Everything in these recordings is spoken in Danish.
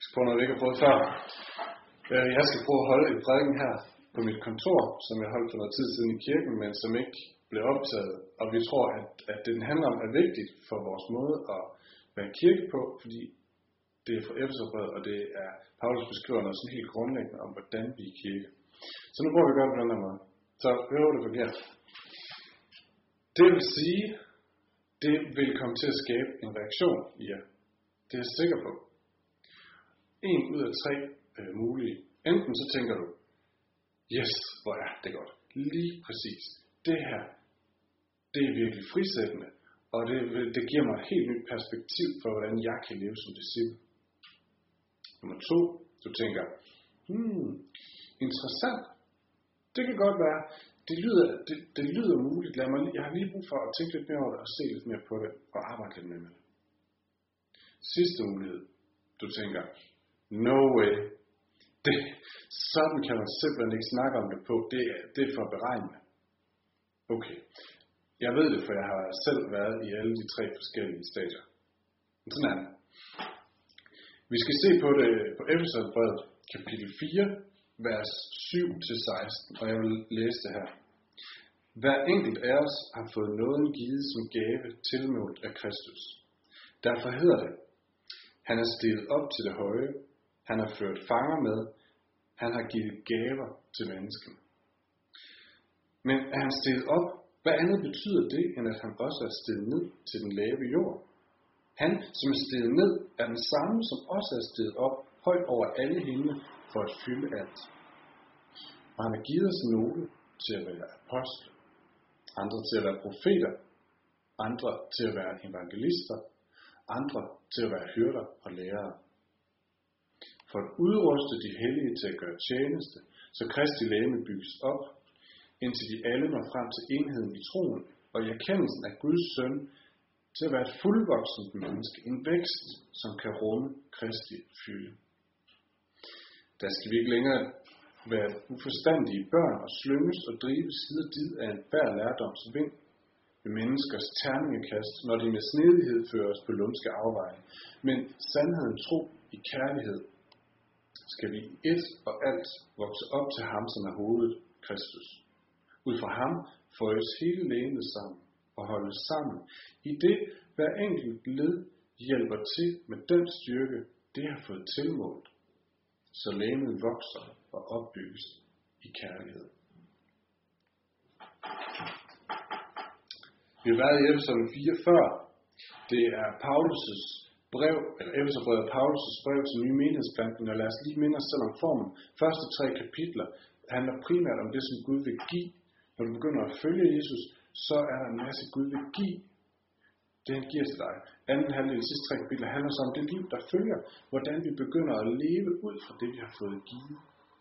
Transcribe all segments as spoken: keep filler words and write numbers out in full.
på noget, vi ikke har prøvet før. Jeg skal prøve at holde en prædiken her på mit kontor, som jeg holdt for noget tid siden i kirken, men som ikke blev optaget. Og vi tror, at, at det, den handler om, er vigtigt for vores måde at være kirke på, fordi det er fra Efeserbrevet, og det er Paulus beskriver noget sådan helt grundlæggende om, hvordan vi er kirke. Så nu prøver vi at gøre det på den her måde. Så hører det forkert. Det vil sige, det vil komme til at skabe en reaktion i jer. Det er jeg sikker på. En ud af tre øh, mulige. Enten så tænker du, yes, hvor er det godt. Lige præcis. Det her, det er virkelig frisættende. Og det, det giver mig et helt nyt perspektiv for, hvordan jeg kan leve som disciple. Nummer to, du tænker, hmm, interessant. Det kan godt være, det lyder, det, det lyder muligt. Lad mig, jeg har lige brug for at tænke lidt mere over det, og se lidt mere på det, og arbejde lidt mere med det. Sidste mulighed, du tænker, no way. Det, sådan kan man simpelthen ikke snakke om det på. Det, det er for beregnende. Okay. Jeg ved det, for jeg har selv været i alle de tre forskellige stadier. Men sådan er det. Vi skal se på det på Efeserbrevet, kapitel fire, vers syv til seksten, og jeg vil læse det her. Hver enkelt af os har fået nåden givet som gave tilmålt af Kristus. Derfor hedder det, han er stiget op til det høje, han har ført fanger med, han har givet gaver til menneskene. Men er han stiget op? Hvad andet betyder det, end at han også er steget ned til den lave jord? Han, som er steget ned, er den samme, som også er steget op højt over alle himle for at fylde alt. Og han har givet os nogle til at være apostle, andre til at være profeter, andre til at være evangelister, andre til at være hyrder og lærere. For at udruste de hellige til at gøre tjeneste, så Kristi legeme bygges op, indtil de alle når frem til enheden i troen og i erkendelsen af Guds søn, til at være et fuldvoksent menneske, en vækst, som kan rumme Kristi fylde. Der skal vi ikke længere være uforstandige børn og slynges og drives side og did af en hver lærdoms vind ved menneskers terningekast, når de med snedighed fører os på lumske afveje. Men sandheden tro i kærlighed skal vi i et og alt vokse op til ham, som er hovedet, Kristus. Ud fra ham føjes hele legemet sammen og holdes sammen, i det hver enkelt led hjælper til med den styrke, det har fået tilmålt, så legemet vokser og opbygges i kærlighed. Vi har været i Efeserbrevet fire før. Det er Paulus' brev, eller Efeserbrevet er Paulus' brev til nye menighedsplantning, og lad os lige minde os selv om formen. Første tre kapitler handler primært om det, som Gud vil give. Når du begynder at følge Jesus, så er der en masse Gud vil give. Det han giver til dig. Anden halvdel af de sidste tre kapitler handler så om det liv, der følger, hvordan vi begynder at leve ud fra det, vi har fået givet.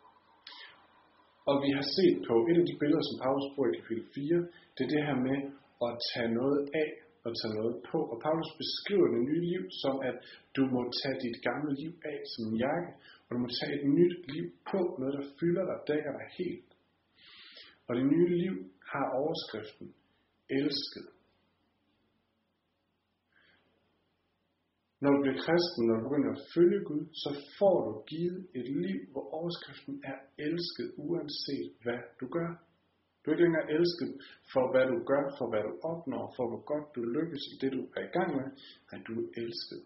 Og vi har set på et af de billeder, som Paulus bruger i kapitel fire, det er det her med at tage noget af og tage noget på. Og Paulus beskriver det nye liv som, at du må tage dit gamle liv af som en jakke, og du må tage et nyt liv på, noget der fylder dig, dækker dig helt. Og det nye liv har overskriften elsket. Når du bliver kristen, når du begynder at følge Gud, så får du givet et liv, hvor overskriften er elsket, uanset hvad du gør. Du er ikke længere elsket for, hvad du gør, for hvad du opnår, for hvor godt du lykkes i det, du er i gang med, men du er elsket.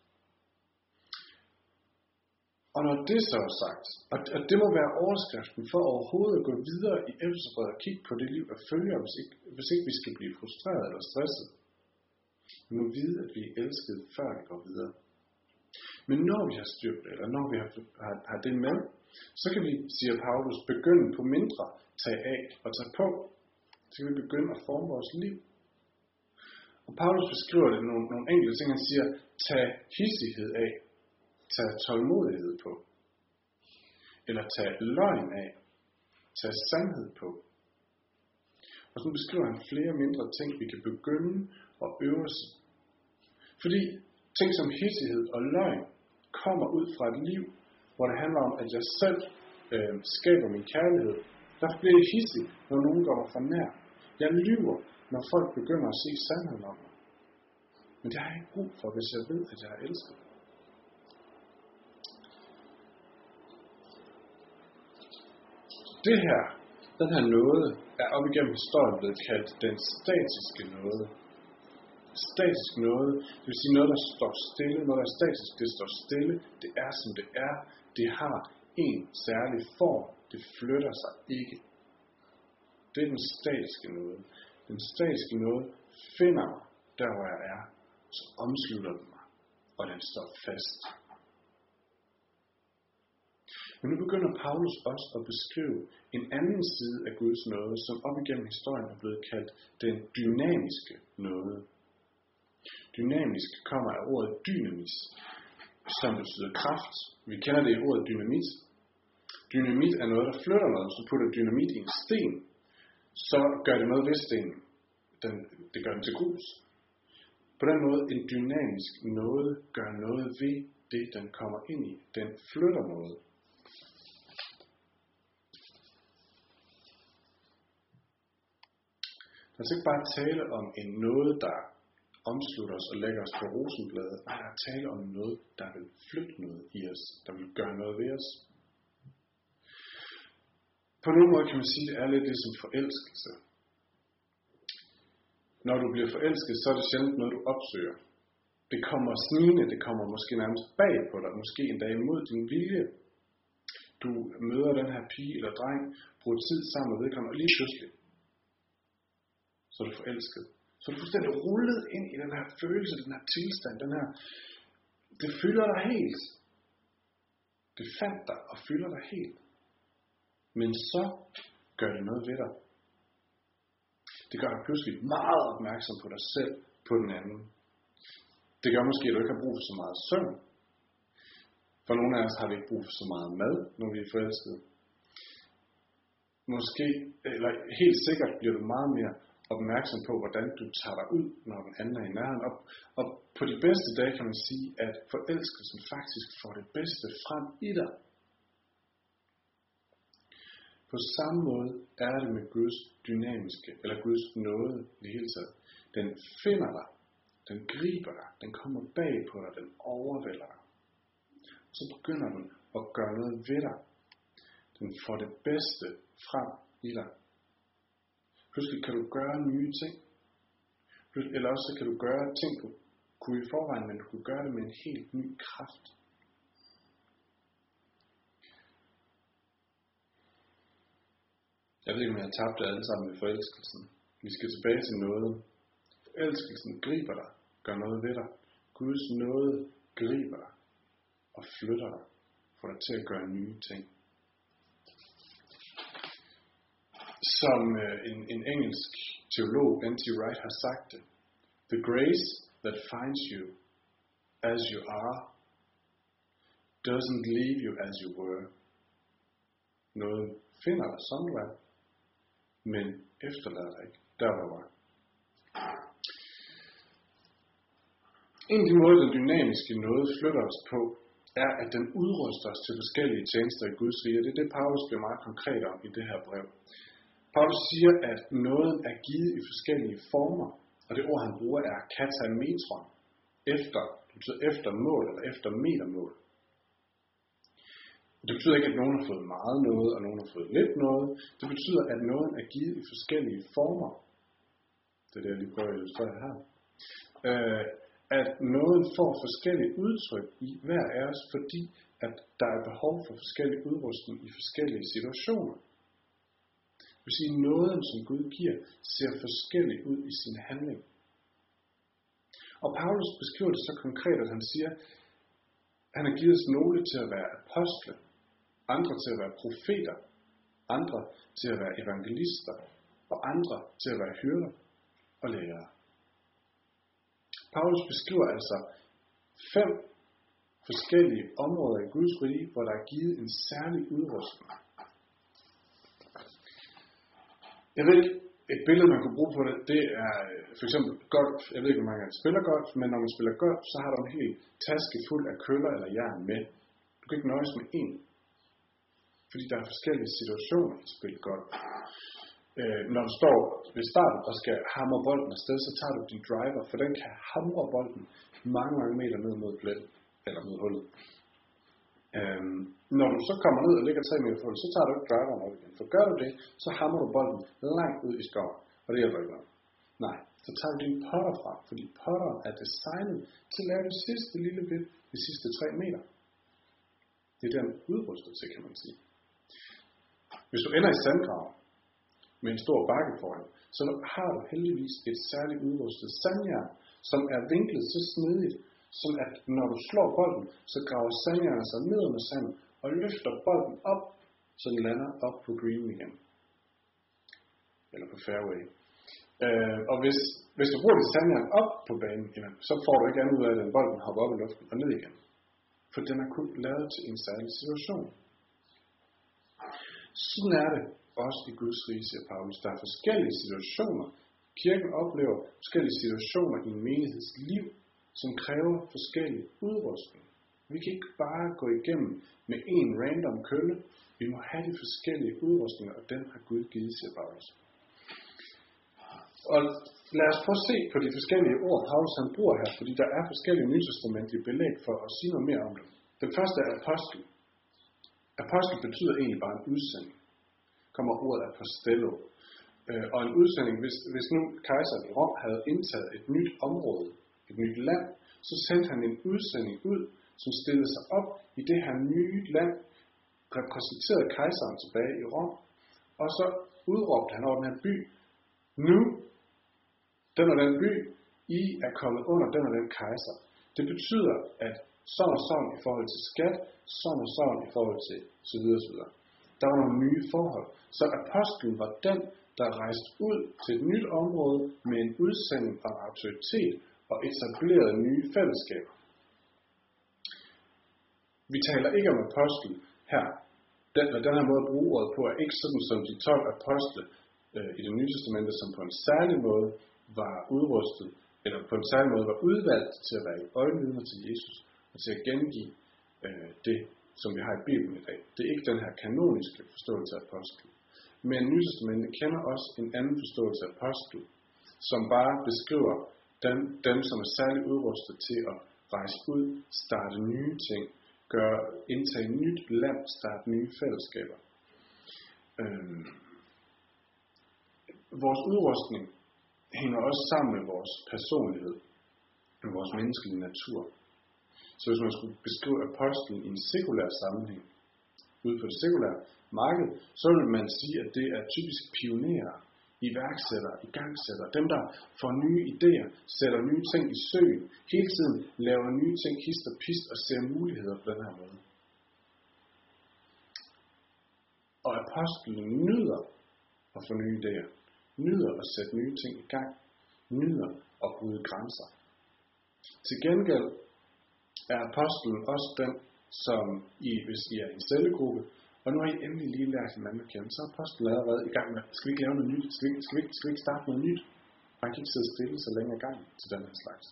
Og når det så er sagt, og det må være overskriften for overhovedet at gå videre i Efeserbrevet og kigge på det liv, der følger, hvis ikke, hvis ikke vi skal blive frustreret eller stresset. Vi må vide, at vi er elsket, før vi går videre. Men når vi har styr på det, eller når vi har, har, har det med, så kan vi, siger Paulus, begynde på mindre, tage af og tage på. Så kan vi begynde at forme vores liv. Og Paulus beskriver det nogle, nogle enkelte ting. Han siger, tag hissighed af, tag tålmodighed på. Eller tag løgn af, tag sandhed på. Og så beskriver han flere mindre ting, vi kan begynde at øve os. Fordi ting som hissighed og løgn kommer ud fra et liv, hvor det handler om, at jeg selv øh, skaber min kærlighed. Der bliver jeg hissig, når nogen går mig for nær. Jeg lyver, når folk begynder at se sandheden om mig. Men det har jeg ikke brug for, hvis jeg ved, at jeg er elsket. det her, den her nåde, er op igennem historien blevet kaldt den statiske nåde. Statisk nåde, det vil sige noget, der står stille, noget, der er statisk, det står stille, det er som det er, det har en særlig form, det flytter sig ikke. Det er den statiske nåde. Den statiske nåde finder mig der, hvor jeg er, så omslutter den mig, og den står fast. Men nu begynder Paulus også at beskrive en anden side af Guds nåde, som op igennem historien er blevet kaldt den dynamiske nåde. Dynamisk kommer af ordet dynamis, som betyder kraft. Vi kender det i ordet dynamit. Dynamit er noget, der flytter noget. Så putter dynamit i en sten, så gør det noget ved stenen. Den, det gør den til grus. På den måde, en dynamisk nåde gør noget ved det, den kommer ind i. Den flytter noget. Der er ikke bare tale om en nåde, der omslutter os og lægger os på rosenbladet. Nej, der er tale om noget, der vil flytte noget i os, der vil gøre noget ved os. På nogen måde kan man sige, at det er lidt ligesom forelskelse. Når du bliver forelsket, så er det sjældent noget, du opsøger. Det kommer snigende, det kommer måske nærmest bag på dig, måske endda imod din vilje. Du møder den her pige eller dreng, bruger tid sammen med vedkommende, og lige pludselig, så er du forelsket. Så er du fuldstændig rullet ind i den her følelse, den her tilstand, den her, det fylder dig helt. Det fandt dig og fylder dig helt. Men så gør det noget ved dig. Det gør dig pludselig meget opmærksom på dig selv, på den anden. Det gør måske, at du ikke har brug for så meget søvn. For nogle af os har vi ikke brug for så meget mad, når vi er forelskede. Måske, eller helt sikkert bliver du meget mere opmærksom på, hvordan du tager dig ud, når den anden er i nærheden. Og, og på de bedste dage kan man sige, at forelskelsen faktisk får det bedste frem i dig. På samme måde er det med Guds dynamiske, eller Guds nåde i det hele taget. Den finder dig, den griber dig, den kommer bag på dig, den overvælder dig. Så begynder den at gøre noget ved dig. Den får det bedste frem i dig. Pludselig kan du gøre nye ting. Eller også kan du gøre ting, du kunne i forvejen, men du kunne gøre det med en helt ny kraft. Jeg ved ikke, om jeg har tabt det alle sammen med forelskelsen. Vi skal tilbage til noget. Forelskelsen griber dig, gør noget ved dig. Guds nåde griber dig og flytter dig, får dig til at gøre nye ting. Som øh, en, en engelsk teolog, N T Wright, har sagt det. The grace that finds you as you are doesn't leave you as you were. Noget finder dig, som du er, men efterlader dig ikke, der hvor du var. En af de måder, den dynamiske nåde flytter os på, er, at den udruster os til forskellige tjenester i Guds rige. Det er det, Paulus bliver meget konkret om i det her brev. Paulus siger, at nåden er givet i forskellige former, og det ord, han bruger, er katametron, efter, det betyder efter mål, eller efter metermål. Det betyder ikke, at nogen har fået meget noget, og nogen har fået lidt noget. Det betyder, at nåden er givet i forskellige former. Det er det, jeg lige prøver at illustrere her. Øh, at nåden får forskellige udtryk i hver af os, fordi at der er behov for forskellig udrustning i forskellige situationer. Det vil sige, at nåden, som Gud giver, ser forskellig ud i sin handling. Og Paulus beskriver det så konkret, at han siger, at han har givet os nogle til at være apostle, andre til at være profeter, andre til at være evangelister, og andre til at være hyrder og lærere. Paulus beskriver altså fem forskellige områder i Guds rige, hvor der er givet en særlig udrustning. Jeg ved ikke, et billede man kunne bruge på det, det er for eksempel golf. Jeg ved ikke, hvor mange af jer spiller golf, men når man spiller golf, så har du en hel taske fuld af køller eller jern med. Du kan ikke nøjes med én, fordi der er forskellige situationer i spil golf. Øh, når du står ved starten og skal hamre bolden afsted, så tager du din driver, for den kan hamre bolden mange, mange meter ned mod plettet, eller mod hullet. Øhm, når du så kommer ned og ligger tre meter fra det, så tager du ikke driveren op igen. For gør du det, så hammer du bolden langt ud i skoven, og det hjælper ikke noget. Nej, så tager du din putter fra, fordi putter er designet til at lave det sidste lille bit, de sidste tre meter. Det er den udrustet til, kan man sige. Hvis du ender i sandgraven med en stor bakke foran, så har du heldigvis et særligt udrustet sandjern, som er vinklet så snedigt, som at når du slår bolden, så graver sandjernet sig ned med sanden og løfter bolden op, så den lander op på green igen. Eller på fairway. Øh, og hvis, hvis du bruger dit sandjern op på banen, så får du ikke andet ud af, at den bolden hopper op i luften og ned igen. For den er kun lavet til en særlig situation. Sådan er det også i Guds rige, siger Paulus. Der er forskellige situationer. Kirken oplever forskellige situationer i en menigheds liv, som kræver forskellig udrustning. Vi kan ikke bare gå igennem med en random kølle. Vi må have de forskellige udrustninger, og den har Gud givet, siger Paulus. Og lad os prøve at se på de forskellige ord, Paulus han bruger her, fordi der er forskellige nytestamentlige belæg for at sige noget mere om dem. Den første er apostel. Apostel betyder egentlig bare en udsending. Kommer ordet apostello. Og en udsending, hvis, hvis nu kejseren i Rom havde indtaget et nyt område, et nyt land, så sendte han en udsending ud, som stillede sig op i det her nye land, repræsenterede kejseren tilbage i Rom, og så udråbte han over den her by, nu, den og den by, I er kommet under den og den kejser. Det betyder, at sådan og sådan i forhold til skat, sådan og sådan i forhold til så videre, så videre. Der var nogle nye forhold. Så apostlen var den, der rejste ud til et nyt område med en udsending og autoritet og etablerede nye fællesskaber. Vi taler ikke om apostel her. Den, den her måde at bruge ordet på er ikke sådan som de tolv apostle øh, i det nye testamente, som på en særlig måde var udrustet, eller på en særlig måde var udvalgt til at være øjenvidner til Jesus og til at gengive øh, det, som vi har i Bibelen i dag. Det er ikke den her kanoniske forståelse af apostel. Men Nye Testamentet kender også en anden forståelse af apostel, som bare beskriver dem, dem som er særligt udrustet til at rejse ud, starte nye ting, gøre, indtage nyt land, starte nye fællesskaber. Øhm. Vores udrustning hænger også sammen med vores personlighed, med vores menneskelige natur. Så hvis man skulle beskrive apostlen i en sekulær sammenhæng, ude på det sekulære marked, så vil man sige, at det er typisk pionerer, iværksættere, igangsættere, dem der får nye idéer, sætter nye ting i søen, hele tiden laver nye ting, hist og pist og ser muligheder på den her måde. Og apostlen nyder at få nye idéer, nyder at sætte nye ting i gang, nyder at bryde grænser. Til gengæld er apostlen også den, som I, hvis I er i en cellegruppe, og nu har I endelig lige lært hinanden at kende, så er apostlen allerede i gang med, skal vi ikke lave noget nyt, skal vi, skal vi, skal vi ikke starte noget nyt? Man kan ikke sidde stille så længe ad gang til den her slags.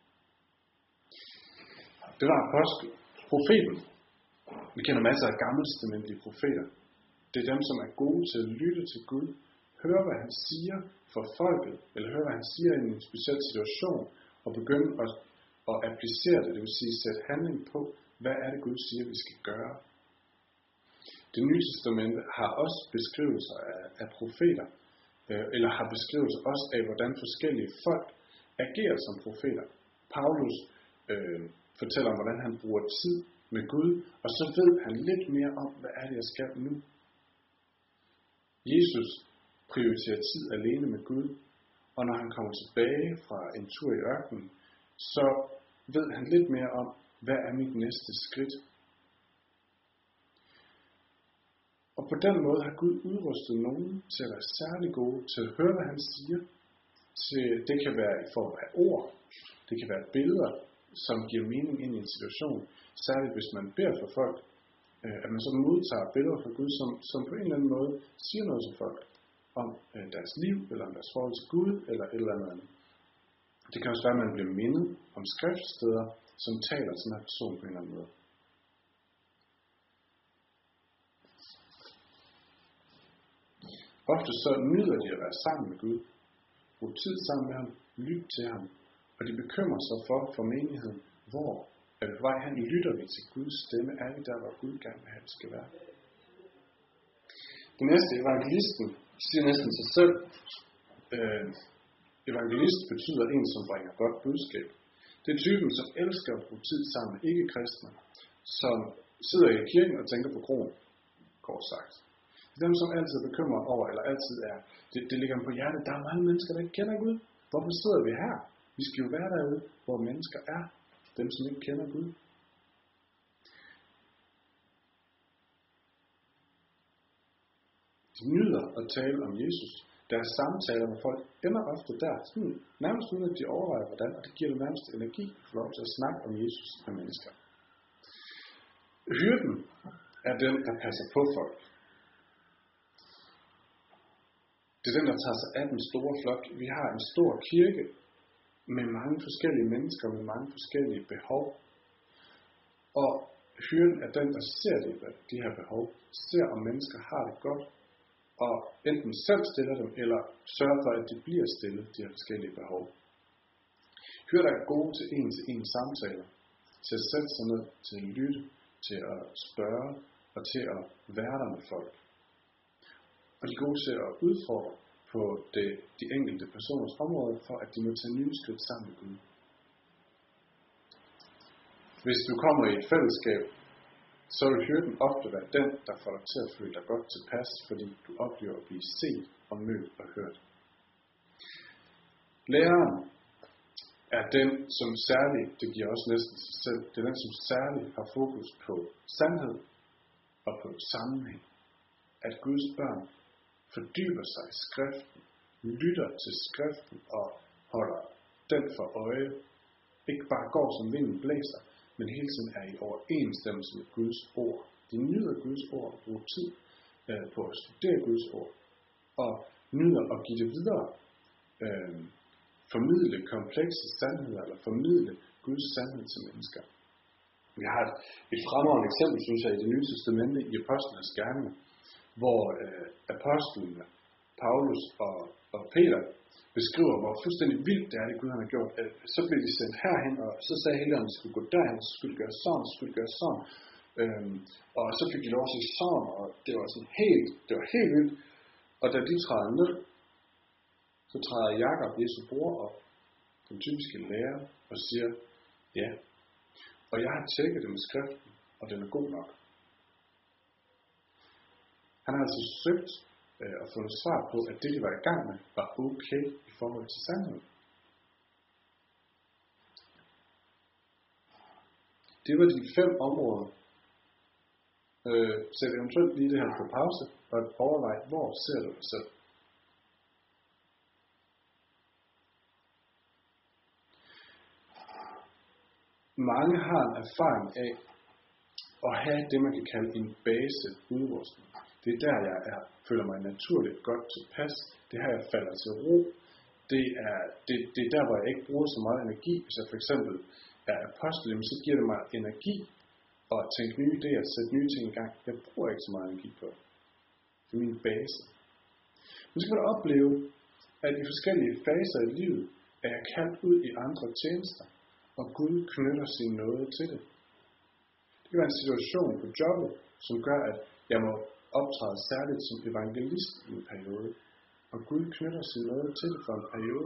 Det var apostel. Profeten. Vi kender masser af gammeltestamentlige profeter. Det er dem, som er gode til at lytte til Gud, høre hvad han siger for folket, eller høre hvad han siger i en speciel situation, og begynde at, at applicere det, det vil sige sætte handling på, hvad er det Gud siger, vi skal gøre. Det nye testamente har også beskrivelser af, af profeter, øh, eller har beskrivelser også af, hvordan forskellige folk agerer som profeter. Paulus øh, fortæller om, hvordan han bruger tid med Gud, og så ved han lidt mere om, hvad er det, jeg skal nu. Jesus prioriterer tid alene med Gud, og når han kommer tilbage fra en tur i ørkenen, så ved han lidt mere om, hvad er mit næste skridt. Og på den måde har Gud udrustet nogen til at være særlig gode, til at høre, hvad han siger. Til, det kan være i form af ord, det kan være billeder, som giver mening ind i en situation. Særligt hvis man beder for folk, at man så modtager billeder fra Gud, som, som på en eller anden måde siger noget til folk om deres liv, eller om deres forhold til Gud, eller et eller andet. Det kan også være, at man bliver mindet om skriftsteder, som taler til den her person på en eller anden måde. Ofte så nyder de at være sammen med Gud, bruge tid sammen med ham, lytte til ham, og de bekymrer sig for, for menigheden, hvor Er vi på vej hen? Lytter vi til Guds stemme? Er vi der, hvor Gud gerne vil have, det skal være? Den næste, evangelisten, siger næsten sig selv. Øh, evangelist betyder en, som bringer godt budskab. Det er typen, som elsker at bruge tid sammen med ikke-kristne, som sidder i kirken og tænker på kronen, kort sagt. Dem, som altid er bekymret over, eller altid er, det, det ligger dem på hjertet, der er mange mennesker, der ikke kender Gud. Hvorfor sidder vi her? Vi skal jo være derude, hvor mennesker er, dem som ikke kender Gud. De nyder at tale om Jesus. Deres samtaler med folk ender ofte der, sådan, nærmest uden at de overvejer hvordan, og det giver dem nærmest energi for lov til at snakke om Jesus med mennesker. Hyrden er den, der passer på folk. Det er den, der tager sig af den store flok. Vi har en stor kirke med mange forskellige mennesker, med mange forskellige behov. Og hyrden er den, der ser de, de her behov, ser om mennesker har det godt, og enten selv stiller dem, eller sørger for, at de bliver stillet, de her forskellige behov. Hyrder er gode til en-til-en samtaler, til at sætte sig ned, til at lytte, til at spørge, og til at være der med folk. Og de er gode til at udfordre på det, de enkelte personers område, for at de må tage nye skridt sammen med Gud. Hvis du kommer i et fællesskab, så vil hyrden ofte være den, der får dig til at føle dig godt tilpas, fordi du oplever at blive set og mødt og hørt. Læreren er den, som særligt, det giver også næsten sig selv, det er den, som særligt har fokus på sandhed og på sammenhæng. At Guds børn fordyber sig i skriften, lytter til skriften og holder den for øje. Ikke bare går som vinden blæser, men hele tiden er i overensstemmelse med Guds ord. De nyder Guds ord og bruger tid øh, på at studere Guds ord. Og nyder at give det videre. Øh, formidle komplekse sandheder, eller formidle Guds sandhed til mennesker. Vi har et, et fremragende eksempel, synes jeg, i Det Nye Testamente i Apostlenes Gerninger, hvor øh, apostlene, Paulus og, og Peter, beskriver, hvor fuldstændig vildt det er, det Gud han har gjort. Så blev de sendt herhen, og så sagde Helligånden, at de skulle gå derhen, så skulle de gøre sådan, så skulle de gøre sådan. Øhm, og så fik de lov til sådan, og det var sådan helt, det var helt vildt. Og da de træder ned, så træder Jakob, Jesu bror, op, den typiske lærer, og siger, ja, og jeg har tjekket det med skriften, og den er god nok. Han har altså søgt øh, og fundet svar på, at det, de var i gang med, var okay i forhold til sandheden. Det var de fem områder. Øh, sæt eventuelt lige det her på pause, og overvej, hvor ser du dig selv? Mange har en erfaring af at have det, man kan kalde en base udrustning. Det er der, jeg er, føler mig naturligt godt tilpas. Det her, jeg falder til ro. Det er, det, det er der, hvor jeg ikke bruger så meget energi. Hvis jeg for eksempel er apostel, så giver det mig energi at tænke nye idéer, sætte nye ting i gang. Jeg bruger ikke så meget energi på det. Det er min base. Nu skal man opleve, at i forskellige faser i livet er jeg kaldt ud i andre tjenester, og Gud knytter sin nåde til det. Det kan være en situation på jobbet, som gør, at jeg må optræde særligt som evangelist i en periode, og Gud knytter sin nåde til det for en periode.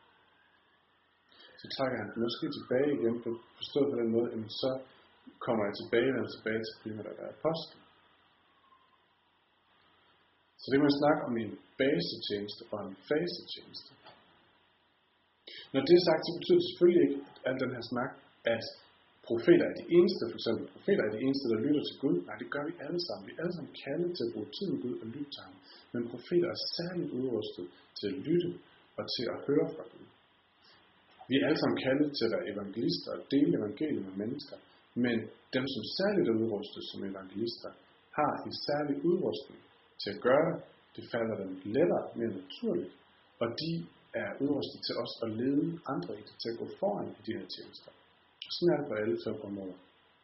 Så trækker han måske tilbage igen, forstået på den måde, at så kommer jeg tilbage, og tilbage til primært at være apostel. Så det må jeg snakke om en basetjeneste og en fasetjeneste. Når det er sagt, så betyder det selvfølgelig ikke, at al den her snak, at profeter er de eneste, for eksempel profeter er de eneste, der lytter til Gud. Nej, det gør vi alle sammen. Vi er alle sammen kaldet til at bruge tid med Gud og lytte til ham. Men profeter er særligt udrustet til at lytte og til at høre fra Gud. Vi er alle sammen kaldet til at være evangelister og dele evangeliet med mennesker. Men dem, som særligt er udrustet som evangelister, har en særlig udrustning til at gøre. Det falder dem lettere, mere naturligt. Og de er udrustet til os at lede andre i det, til at gå foran i de her tjenester. Sådan er det på alle fem områder.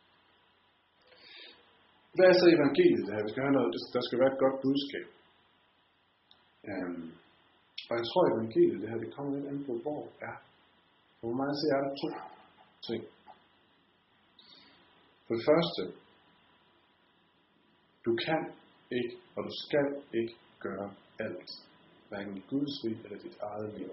Hvad er så evangeliet det her? Vi skal have noget, der skal være et godt budskab. Um, og jeg tror, at evangeliet det her, det kommer lidt an på, hvor det er. For mig så er der to ting. For det første, du kan ikke, og du skal ikke gøre alt, hverken i Guds rige eller dit eget liv.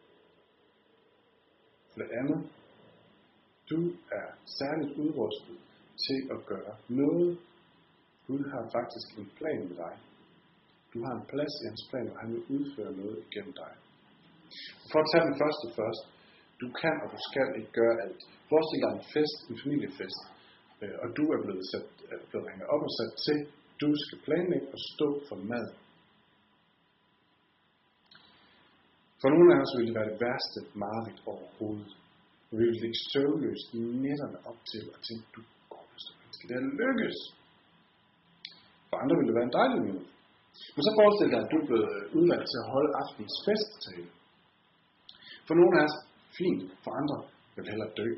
For det andet, du er særligt udrustet til at gøre noget. Gud har faktisk en plan med dig. Du har en plads i hans plan, og han vil udføre noget igennem dig. For at tage den første først, du kan og du skal ikke gøre alt. Forestil dig en fest, en familiefest, og du er blevet, sat, er blevet ringet op og sat til. Du skal planlægge og stå for mad. For nogle af os vil det være det værste mareridt overhovedet. Vi vil ligge søvnløst i nætterne op til og tænke, du godeste menneske, det er lykkes. For andre vil det være en dejlig nyhed. Men så forestil dig, at du er blevet udvalgt til at holde aftens festtale. For nogle af os, fint. For andre vil hellere dø.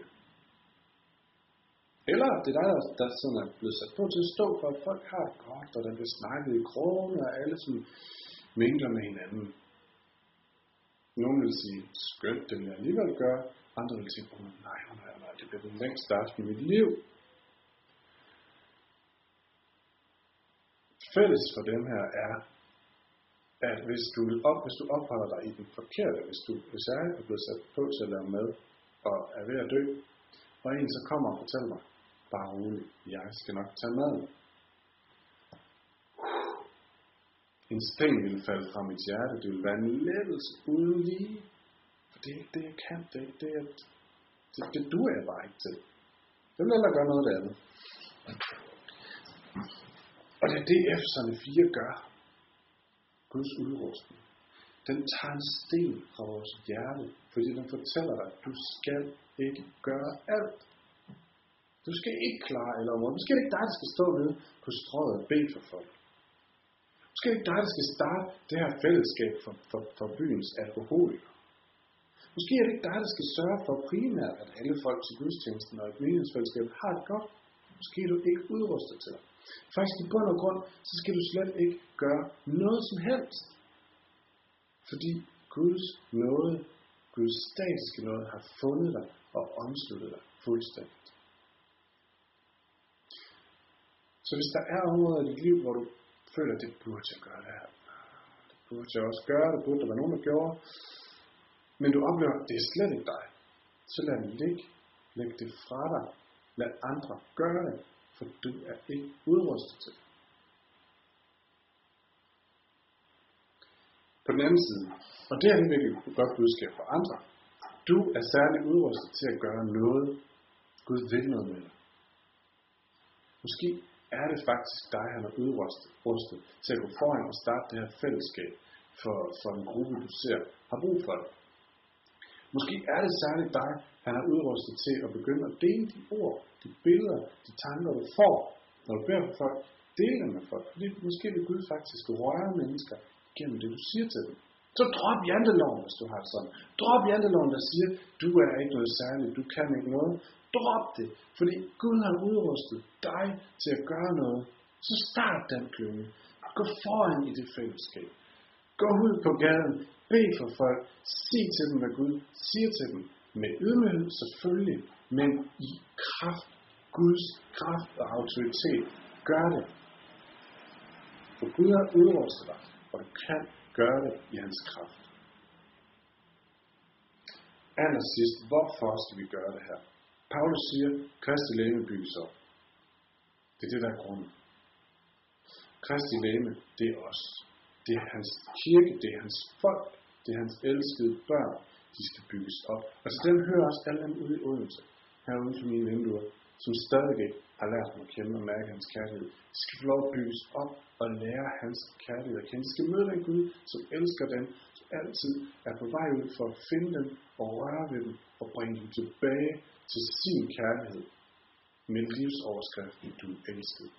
Eller det er dig, der sådan er blevet sat på til at stå for, at folk har det godt, og der bliver snakket i krogene, og alle som mingler med hinanden. Nogle vil sige, skønt, det vil jeg alligevel gøre. Andre vil sige, oh, nej, nej, nej, det bliver den længste aften i mit liv. Fælles for dem her er, at hvis du, op, hvis du opholder dig i den forkerte, hvis, du, hvis jeg er blevet sat på til at lave mad, og er ved at dø, og en så kommer og fortæller mig, bare roligt, jeg skal nok tage maden. En sten ville falde fra mit hjerte, det ville være en lettelse uden lige, for det er ikke det, jeg kan, det er ikke det, jeg, det, det duer jeg bare ikke til. Det vil hellere gøre noget af det andet. Og det er det, Efeserne fire gør. Guds udrustning. Den tager en sten fra vores hjerte, fordi den fortæller dig, at du skal ikke gøre alt. Du skal ikke klare eller området. Måske er det ikke dig, der skal stå nede på strøget og bede for folk. Måske er det ikke dig, der skal starte det her fællesskab for, for, for byens alkoholikere. Måske er det ikke dig, der skal sørge for primært, at alle folk til gudstjenesten og et menighedsfællesskab har det godt. Måske er du ikke udrustet til det. Faktisk i bund og grund, så skal du slet ikke gøre noget som helst. Fordi Guds nåde, Guds statiske nåde, har fundet dig og omsluttet dig fuldstændigt. Så hvis der er områder i dit liv, hvor du føler, at det burde jeg gøre det her, det burde jeg også gøre, det burde der være nogen, der gjorde, men du oplever, at det er slet ikke dig, så lad det ligge, læg det fra dig, lad andre gøre det, for du er ikke udrustet til det. På den anden side, og det er et virkelig godt budskab for andre, du er særligt udrustet til at gøre noget, Gud vil noget med dig. Måske er det faktisk dig, han er udrustet rustet, til at gå foran og starte det her fællesskab for, for en gruppe, du ser har brug for det. Måske er det særligt dig, han er udrustet til at begynde at dele de ord, de billeder, de tanker, du får, når du beder for folk. Dele dem med folk, fordi måske vil Gud faktisk røre mennesker gennem det, du siger til dem. Så drop janteloven, hvis du har det sådan. Drop janteloven, der siger, du er ikke noget særligt, du kan ikke noget. Drop det, fordi Gud har udrustet dig til at gøre noget. Så start den klynge. Gå foran i det fællesskab. Gå ud på gaden. Bed for folk. Sig til dem, hvad Gud siger til dem. Med ydmyghed selvfølgelig, men i kraft. Guds kraft og autoritet. Gør det. For Gud har udrustet dig, og du kan gøre det i hans kraft. Allersidst, hvorfor skal vi gøre det her? Paulus siger, Kristi legeme bygges op. Det er det, der er grunden. Kristi legeme, det er os. Det er hans kirke, det er hans folk, det er hans elskede børn, de skal bygges op. Og til dem hører også alle dem ude i Odense, herude for mine vinduer, som stadig ikke har lært mig at kende og mærke hans kærlighed. De skal få lov at bygges op og lære hans kærlighed at kende. De skal møde den Gud, som elsker dem, som altid er på vej ud for at finde dem og røre ved dem og bringe dem tilbage til sin kærlighed med livsoverskriften, du elskede.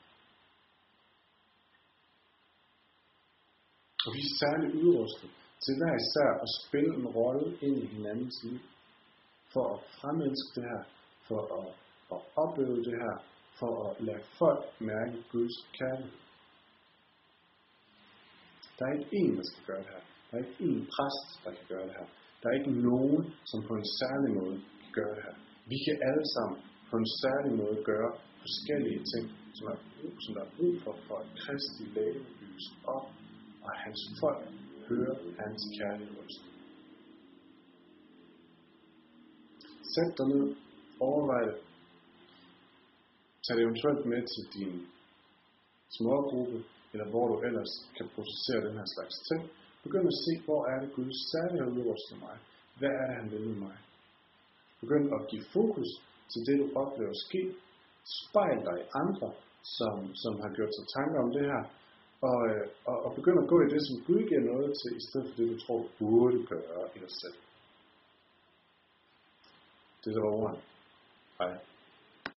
Og vi er særligt udrustet til hver især at spille en rolle ind i hinandens liv, for at fremelske det her, for at, at opleve det her, for at lade folk mærke Guds kærlighed. Der er ikke en, der skal gøre det her. Der er ikke en præst, der kan gøre det her. Der er ikke nogen, som på en særlig måde kan gøre det her. Vi kan alle sammen på en særlig måde gøre forskellige ting, som, er brug, som der er brug for, for at Kristi læge bygges op, og hans folk hører hans kærlige røst. Sæt dig ned, overvej det. Tag det eventuelt med til din smågruppe, eller hvor du ellers kan processere den her slags ting. Begynd at se, hvor er det Gud særligt har udrustet mig. Hvad er det, han vil med mig? Begynd at give fokus til det, du oplever ske. Spejl dig i andre, som, som har gjort sig tanker om det her. Og, og, og begynd at gå i det, som Gud giver noget til, i stedet for det, du tror, du burde gøre i dig selv. Det er det, der var ordet. Hej.